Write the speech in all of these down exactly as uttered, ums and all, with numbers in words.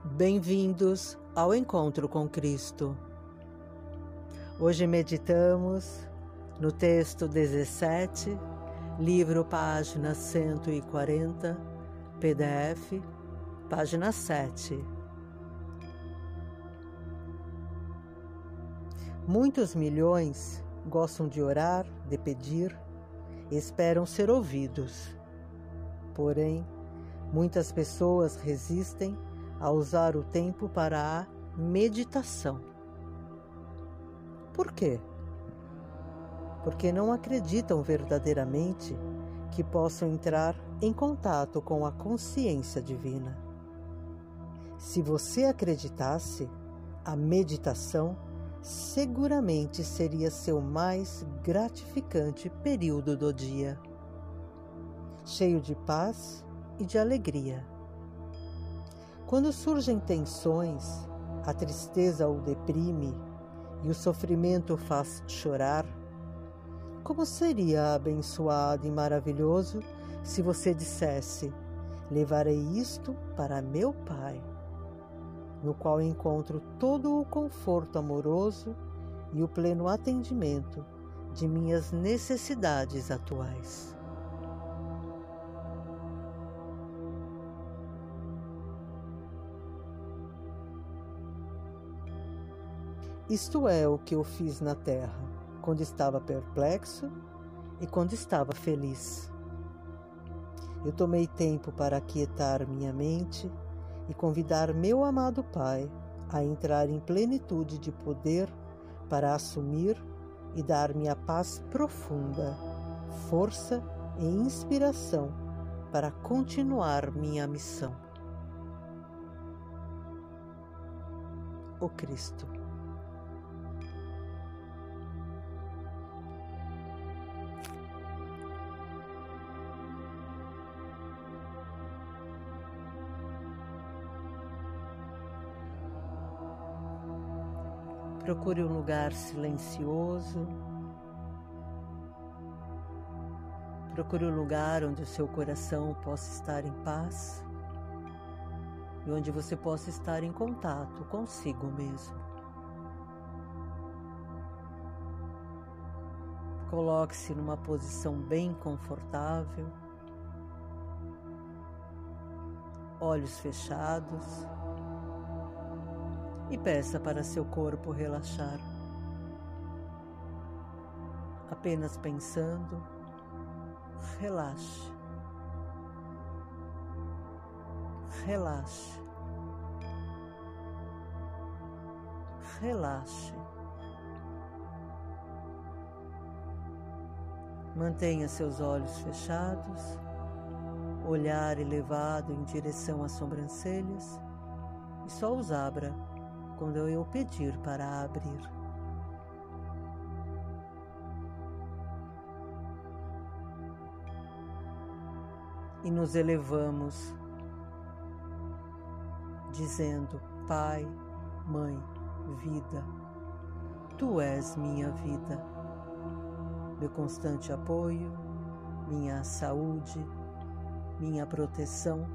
Bem-vindos ao Encontro com Cristo. Hoje meditamos no texto dezessete, livro página cento e quarenta, P D F, página sete. Muitos milhões gostam de orar, de pedir, e esperam ser ouvidos. Porém, muitas pessoas resistem a usar o tempo para a meditação. Por quê? Porque não acreditam verdadeiramente que possam entrar em contato com a consciência divina. Se você acreditasse, a meditação seguramente seria seu mais gratificante período do dia, cheio de paz e de alegria. Quando surgem tensões, a tristeza o deprime e o sofrimento o faz chorar, como seria abençoado e maravilhoso se você dissesse: levarei isto para meu Pai, no qual encontro todo o conforto amoroso e o pleno atendimento de minhas necessidades atuais. Isto é o que eu fiz na terra, quando estava perplexo e quando estava feliz. Eu tomei tempo para aquietar minha mente e convidar meu amado Pai a entrar em plenitude de poder para assumir e dar-me a paz profunda, força e inspiração para continuar minha missão. O Cristo. Procure um lugar silencioso. Procure um lugar onde o seu coração possa estar em paz e onde você possa estar em contato consigo mesmo. Coloque-se numa posição bem confortável, olhos fechados. E peça para seu corpo relaxar. Apenas pensando, relaxe. Relaxe. Relaxe. Mantenha seus olhos fechados, olhar elevado em direção às sobrancelhas e só os abra quando eu pedir para abrir. E nos elevamos, dizendo: Pai, Mãe, Vida, Tu és minha vida, meu constante apoio, minha saúde, minha proteção,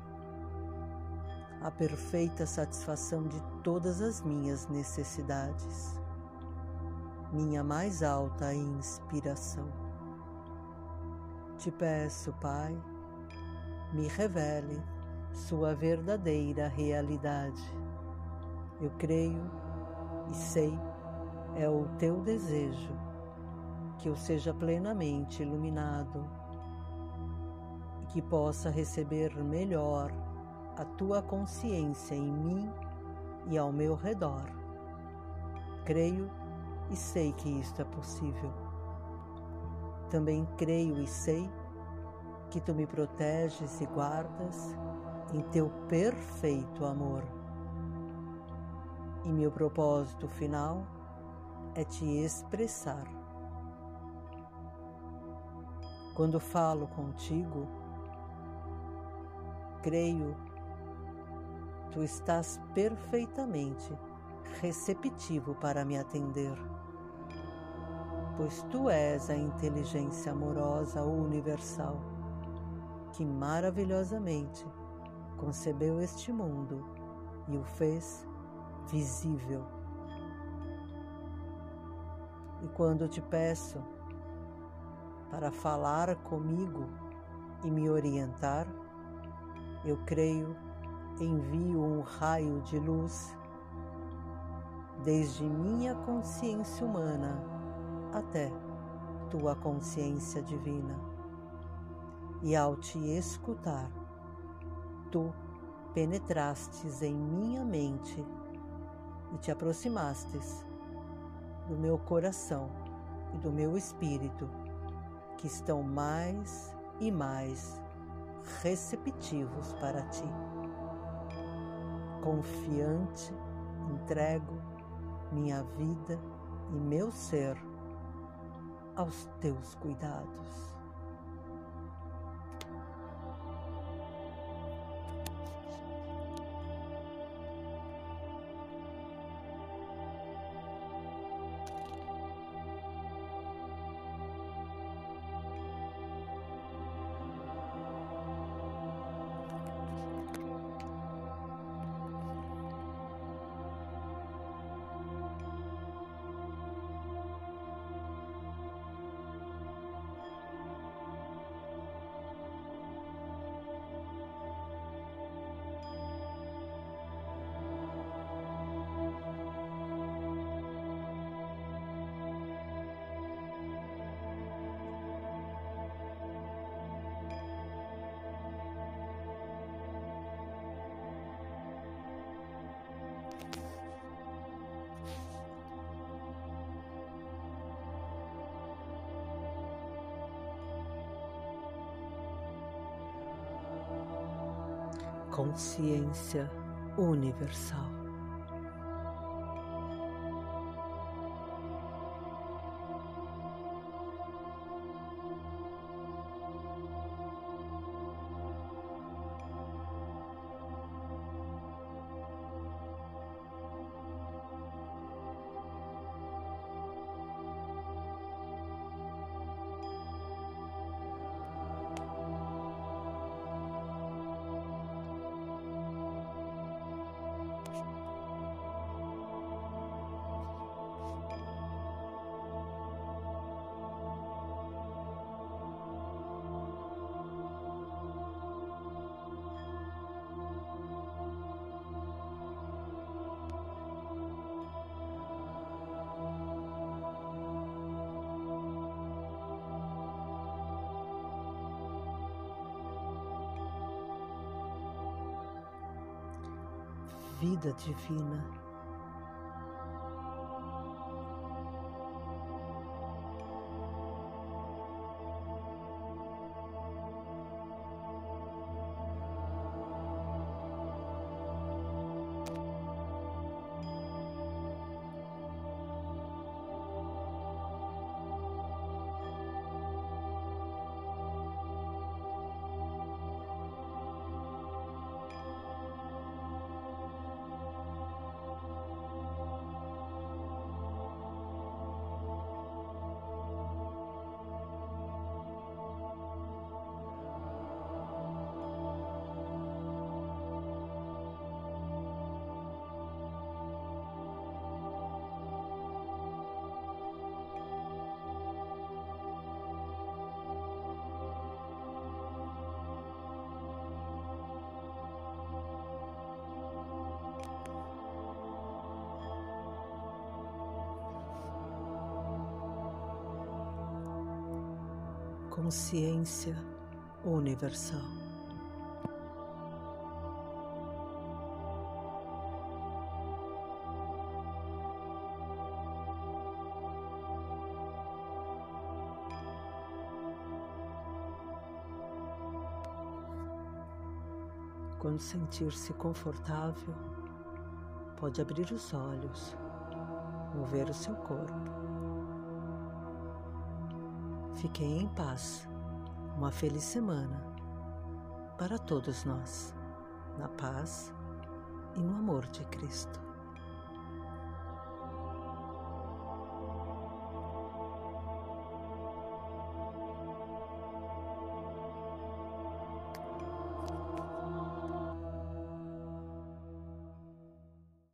a perfeita satisfação de todas as minhas necessidades, minha mais alta inspiração. Te peço, Pai, me revele sua verdadeira realidade. Eu creio e sei, é o teu desejo que eu seja plenamente iluminado e que possa receber melhor a tua consciência em mim e ao meu redor. Creio e sei que isto é possível. Também creio e sei que tu me proteges e guardas em teu perfeito amor. E meu propósito final é te expressar. Quando falo contigo, creio Tu estás perfeitamente receptivo para me atender, pois Tu és a inteligência amorosa universal que maravilhosamente concebeu este mundo e o fez visível. E quando te peço para falar comigo e me orientar, eu creio, envio um raio de luz desde minha consciência humana até tua consciência divina. E ao te escutar, tu penetrastes em minha mente e te aproximastes do meu coração e do meu espírito, que estão mais e mais receptivos para ti. Confiante, entrego minha vida e meu ser aos teus cuidados. Consciência universal. Vida divina. Consciência universal. Quando sentir-se confortável, pode abrir os olhos, mover o seu corpo. Fiquem em paz. Uma feliz semana para todos nós, na paz e no amor de Cristo.